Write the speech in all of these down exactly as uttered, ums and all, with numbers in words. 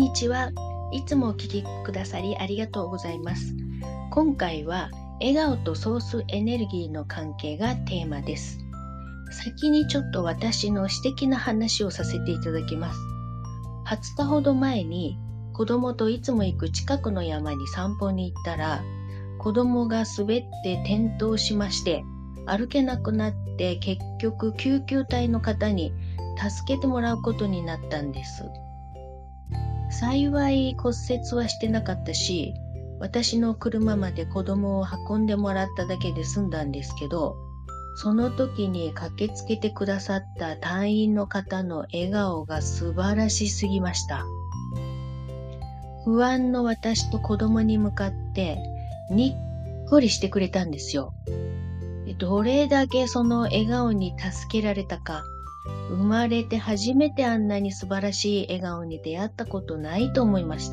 にちは。いつもお聞きくださりありがとうございます。今回は笑顔とソースエネルギーの関係がテーマです。先にちょっと私の私的な話をさせていただきます。はつかほど前に子供といつも行く近くの山に散歩に行ったら、子供が滑って転倒しまして、歩けなくなって結局救急隊の方に助けてもらうことになったんです。幸い骨折はしてなかったし、私の車まで子供を運んでもらっただけで済んだんですけど、その時に駆けつけてくださった隊員の方の笑顔が素晴らしすぎました。不安の私と子供に向かってにっこりしてくれたんですよ。どれだけその笑顔に助けられたか、生まれて初めてあんなに素晴らしい笑顔に出会ったことないと思いました。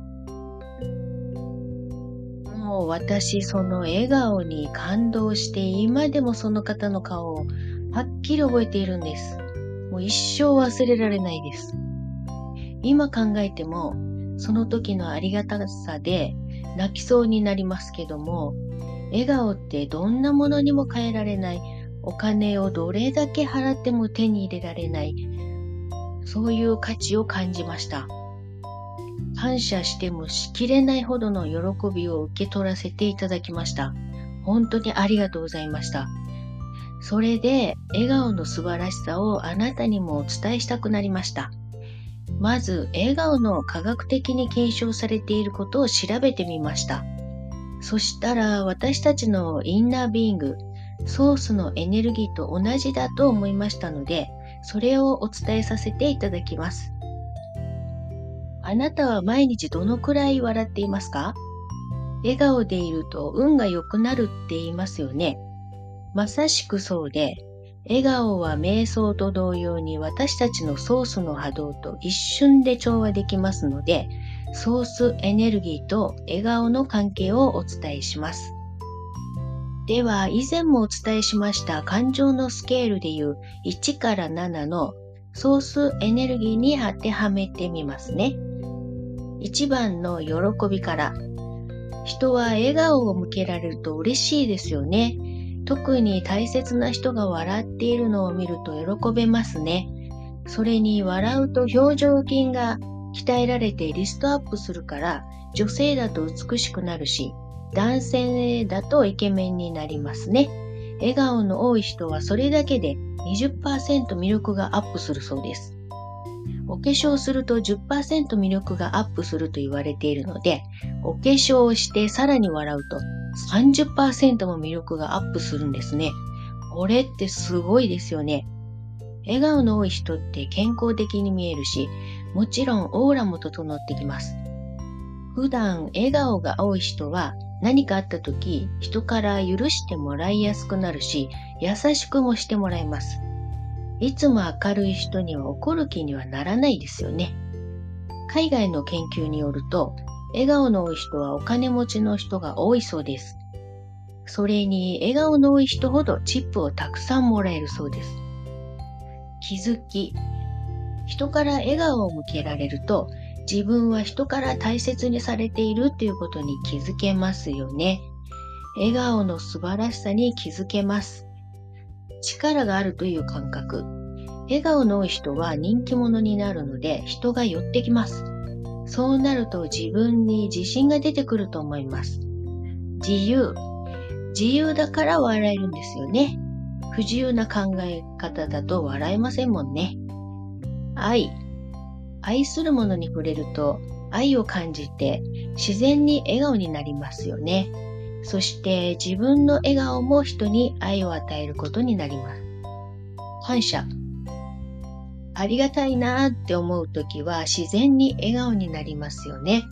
もう私その笑顔に感動して今でもその方の顔をはっきり覚えているんです。もう一生忘れられないです。今考えてもその時のありがたさで泣きそうになりますけども、笑顔ってどんなものにも変えられない、お金をどれだけ払っても手に入れられない、そういう価値を感じました。感謝してもしきれないほどの喜びを受け取らせていただきました。本当にありがとうございました。それで笑顔の素晴らしさをあなたにもお伝えしたくなりました。まず笑顔の科学的に検証されていることを調べてみました。そしたら私たちのインナービーイング、ソースのエネルギーと同じだと思いましたので、それをお伝えさせていただきます。あなたは毎日どのくらい笑っていますか？笑顔でいると運が良くなるって言いますよね。まさしくそうで、笑顔は瞑想と同様に私たちのソースの波動と一瞬で調和できますので、ソースエネルギーと笑顔の関係をお伝えします。では、以前もお伝えしました感情のスケールでいういちからななのソースエネルギーに当てはめてみますね。いちばんの喜びから。人は笑顔を向けられると嬉しいですよね。特に大切な人が笑っているのを見ると喜べますね。それに笑うと表情筋が鍛えられてリストアップするから、女性だと美しくなるし、男性だとイケメンになりますね。笑顔の多い人はそれだけで にじゅっパーセント 魅力がアップするそうです。お化粧すると じゅっパーセント 魅力がアップすると言われているので、お化粧をしてさらに笑うと さんじゅっパーセント も魅力がアップするんですね。これってすごいですよね。笑顔の多い人って健康的に見えるし、もちろんオーラも整ってきます。普段笑顔が多い人は何かあった時、人から許してもらいやすくなるし、優しくもしてもらえます。いつも明るい人には怒る気にはならないですよね。海外の研究によると、笑顔の多い人はお金持ちの人が多いそうです。それに笑顔の多い人ほどチップをたくさんもらえるそうです。気づき。人から笑顔を向けられると、自分は人から大切にされているということに気づけますよね。笑顔の素晴らしさに気づけます。力があるという感覚。笑顔の多い人は人気者になるので人が寄ってきます。そうなると自分に自信が出てくると思います。自由。自由だから笑えるんですよね。不自由な考え方だと笑えませんもんね。愛。愛するものに触れると愛を感じて自然に笑顔になりますよね。そして自分の笑顔も人に愛を与えることになります。感謝。ありがたいなって思うときは自然に笑顔になりますよね。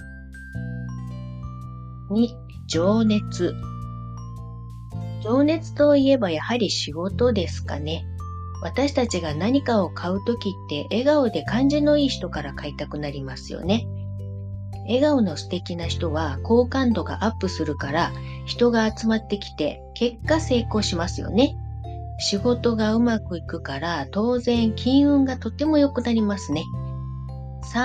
に、情熱。情熱といえばやはり仕事ですかね。私たちが何かを買うときって笑顔で感じのいい人から買いたくなりますよね。笑顔の素敵な人は好感度がアップするから人が集まってきて結果成功しますよね。仕事がうまくいくから当然金運がとても良くなりますね。さん、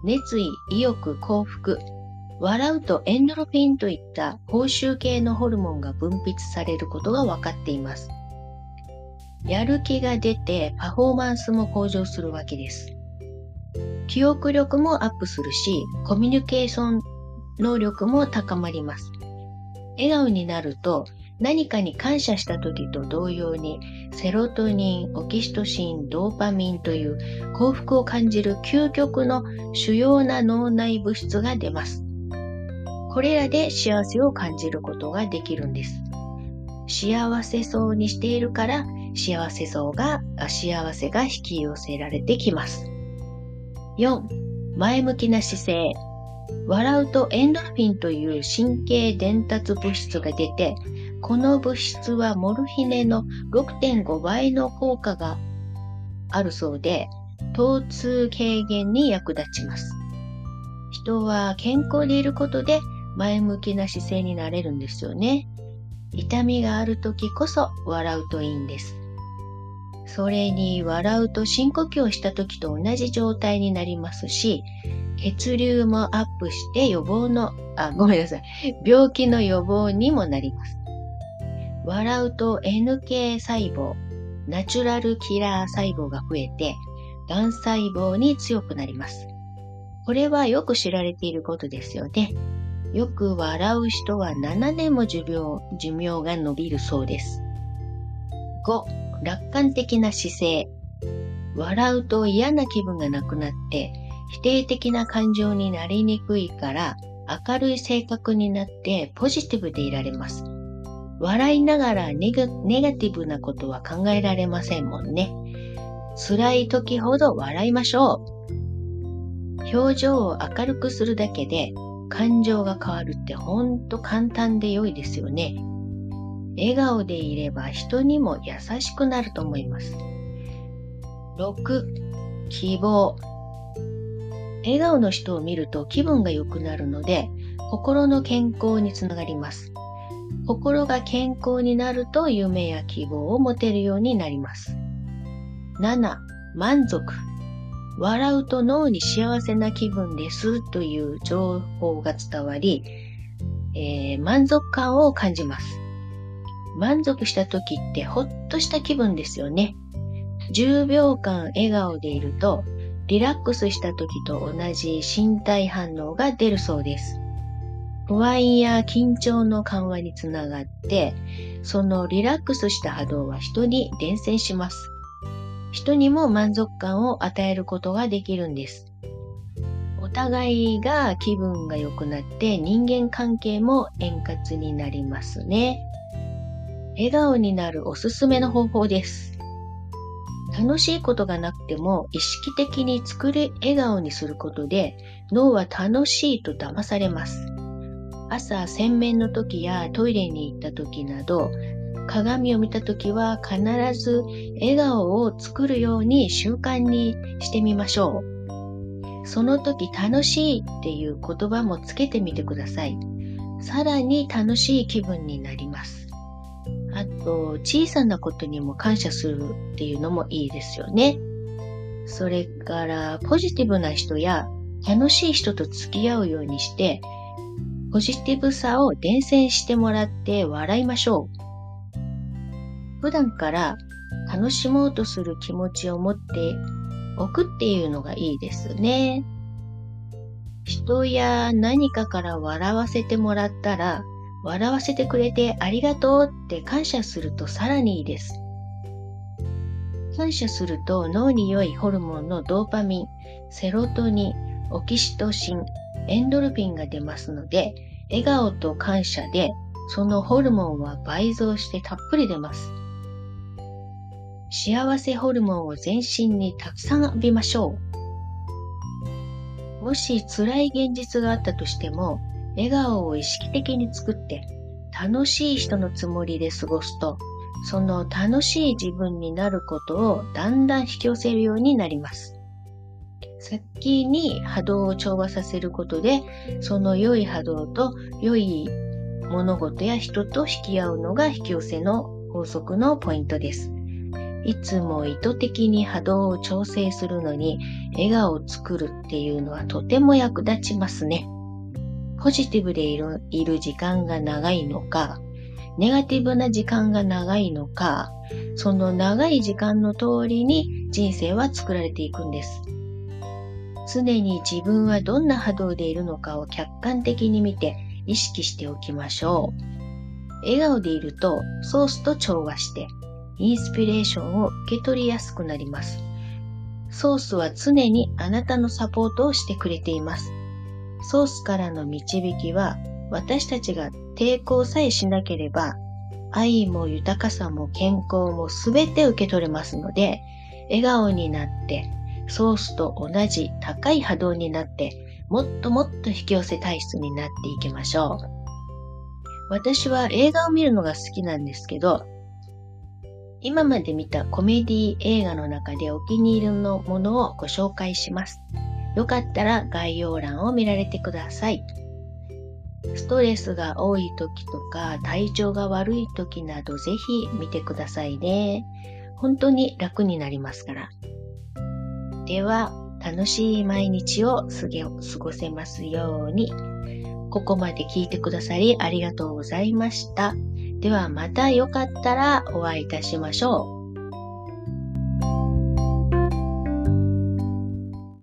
熱意、意欲、幸福、笑うとエンドルフィンといった報酬系のホルモンが分泌されることが分かっています。やる気が出てパフォーマンスも向上するわけです。記憶力もアップするし、コミュニケーション能力も高まります。笑顔になると何かに感謝した時と同様にセロトニン、オキシトシン、ドーパミンという幸福を感じる究極の主要な脳内物質が出ます。これらで幸せを感じることができるんです。幸せそうにしているから幸せそうが、幸せが引き寄せられてきます。よん. 前向きな姿勢。笑うとエンドルフィンという神経伝達物質が出て、この物質はモルヒネの ろくてんご 倍の効果があるそうで、疼痛軽減に役立ちます。人は健康でいることで前向きな姿勢になれるんですよね。痛みがあるときこそ笑うといいんです。それに笑うと深呼吸をしたときと同じ状態になりますし、血流もアップして予防の、あ、ごめんなさい、病気の予防にもなります。笑うと エヌケー 細胞、ナチュラルキラー細胞が増えて、がん細胞に強くなります。これはよく知られていることですよね。よく笑う人はななねんも寿命、寿命が延びるそうです。ご. 楽観的な姿勢。笑うと嫌な気分がなくなって否定的な感情になりにくいから明るい性格になってポジティブでいられます。笑いながらネガ、ネガティブなことは考えられませんもんね。辛い時ほど笑いましょう。表情を明るくするだけで感情が変わるってほんと簡単で良いですよね。笑顔でいれば人にも優しくなると思います。ろく. 希望。笑顔の人を見ると気分が良くなるので、心の健康につながります。心が健康になると夢や希望を持てるようになります。なな. 満足。笑うと脳に幸せな気分ですという情報が伝わり、えー、満足感を感じます。満足した時ってほっとした気分ですよね。じゅうびょうかん笑顔でいるとリラックスした時と同じ身体反応が出るそうです。不安や緊張の緩和につながって、そのリラックスした波動は人に伝染します。人にも満足感を与えることができるんです。お互いが気分が良くなって人間関係も円滑になりますね。笑顔になるおすすめの方法です。楽しいことがなくても意識的に作る笑顔にすることで脳は楽しいと騙されます。朝洗面の時やトイレに行った時など鏡を見た時は必ず笑顔を作るように習慣にしてみましょう。その時楽しいっていう言葉もつけてみてください。さらに楽しい気分になります。あと、小さなことにも感謝するっていうのもいいですよね。それから、ポジティブな人や楽しい人と付き合うようにして、ポジティブさを伝染してもらって笑いましょう。普段から楽しもうとする気持ちを持っておくっていうのがいいですね。人や何かから笑わせてもらったら、笑わせてくれてありがとうって感謝するとさらにいいです。感謝すると脳に良いホルモンのドーパミン、セロトニン、オキシトシン、エンドルフィンが出ますので、笑顔と感謝でそのホルモンは倍増してたっぷり出ます。幸せホルモンを全身にたくさん浴びましょう。もし辛い現実があったとしても、笑顔を意識的に作って楽しい人のつもりで過ごすと、その楽しい自分になることをだんだん引き寄せるようになります。先に波動を調和させることで、その良い波動と良い物事や人と引き合うのが引き寄せの法則のポイントです。 いつも意図的に波動を調整するのに笑顔を作るっていうのはとても役立ちますね。ポジティブでいる、いる時間が長いのか、ネガティブな時間が長いのか、その長い時間の通りに人生は作られていくんです。常に自分はどんな波動でいるのかを客観的に見て意識しておきましょう。笑顔でいるとソースと調和してインスピレーションを受け取りやすくなります。ソースは常にあなたのサポートをしてくれています。ソースからの導きは私たちが抵抗さえしなければ愛も豊かさも健康もすべて受け取れますので、笑顔になってソースと同じ高い波動になってもっともっと引き寄せ体質になっていきましょう。私は映画を見るのが好きなんですけど、今まで見たコメディ映画の中でお気に入りのものをご紹介します。よかったら概要欄を見られてください。ストレスが多い時とか体調が悪い時などぜひ見てくださいね。本当に楽になりますから。では、楽しい毎日を過ごせますように。ここまで聞いてくださりありがとうございました。ではまたよかったらお会いいたしましょう。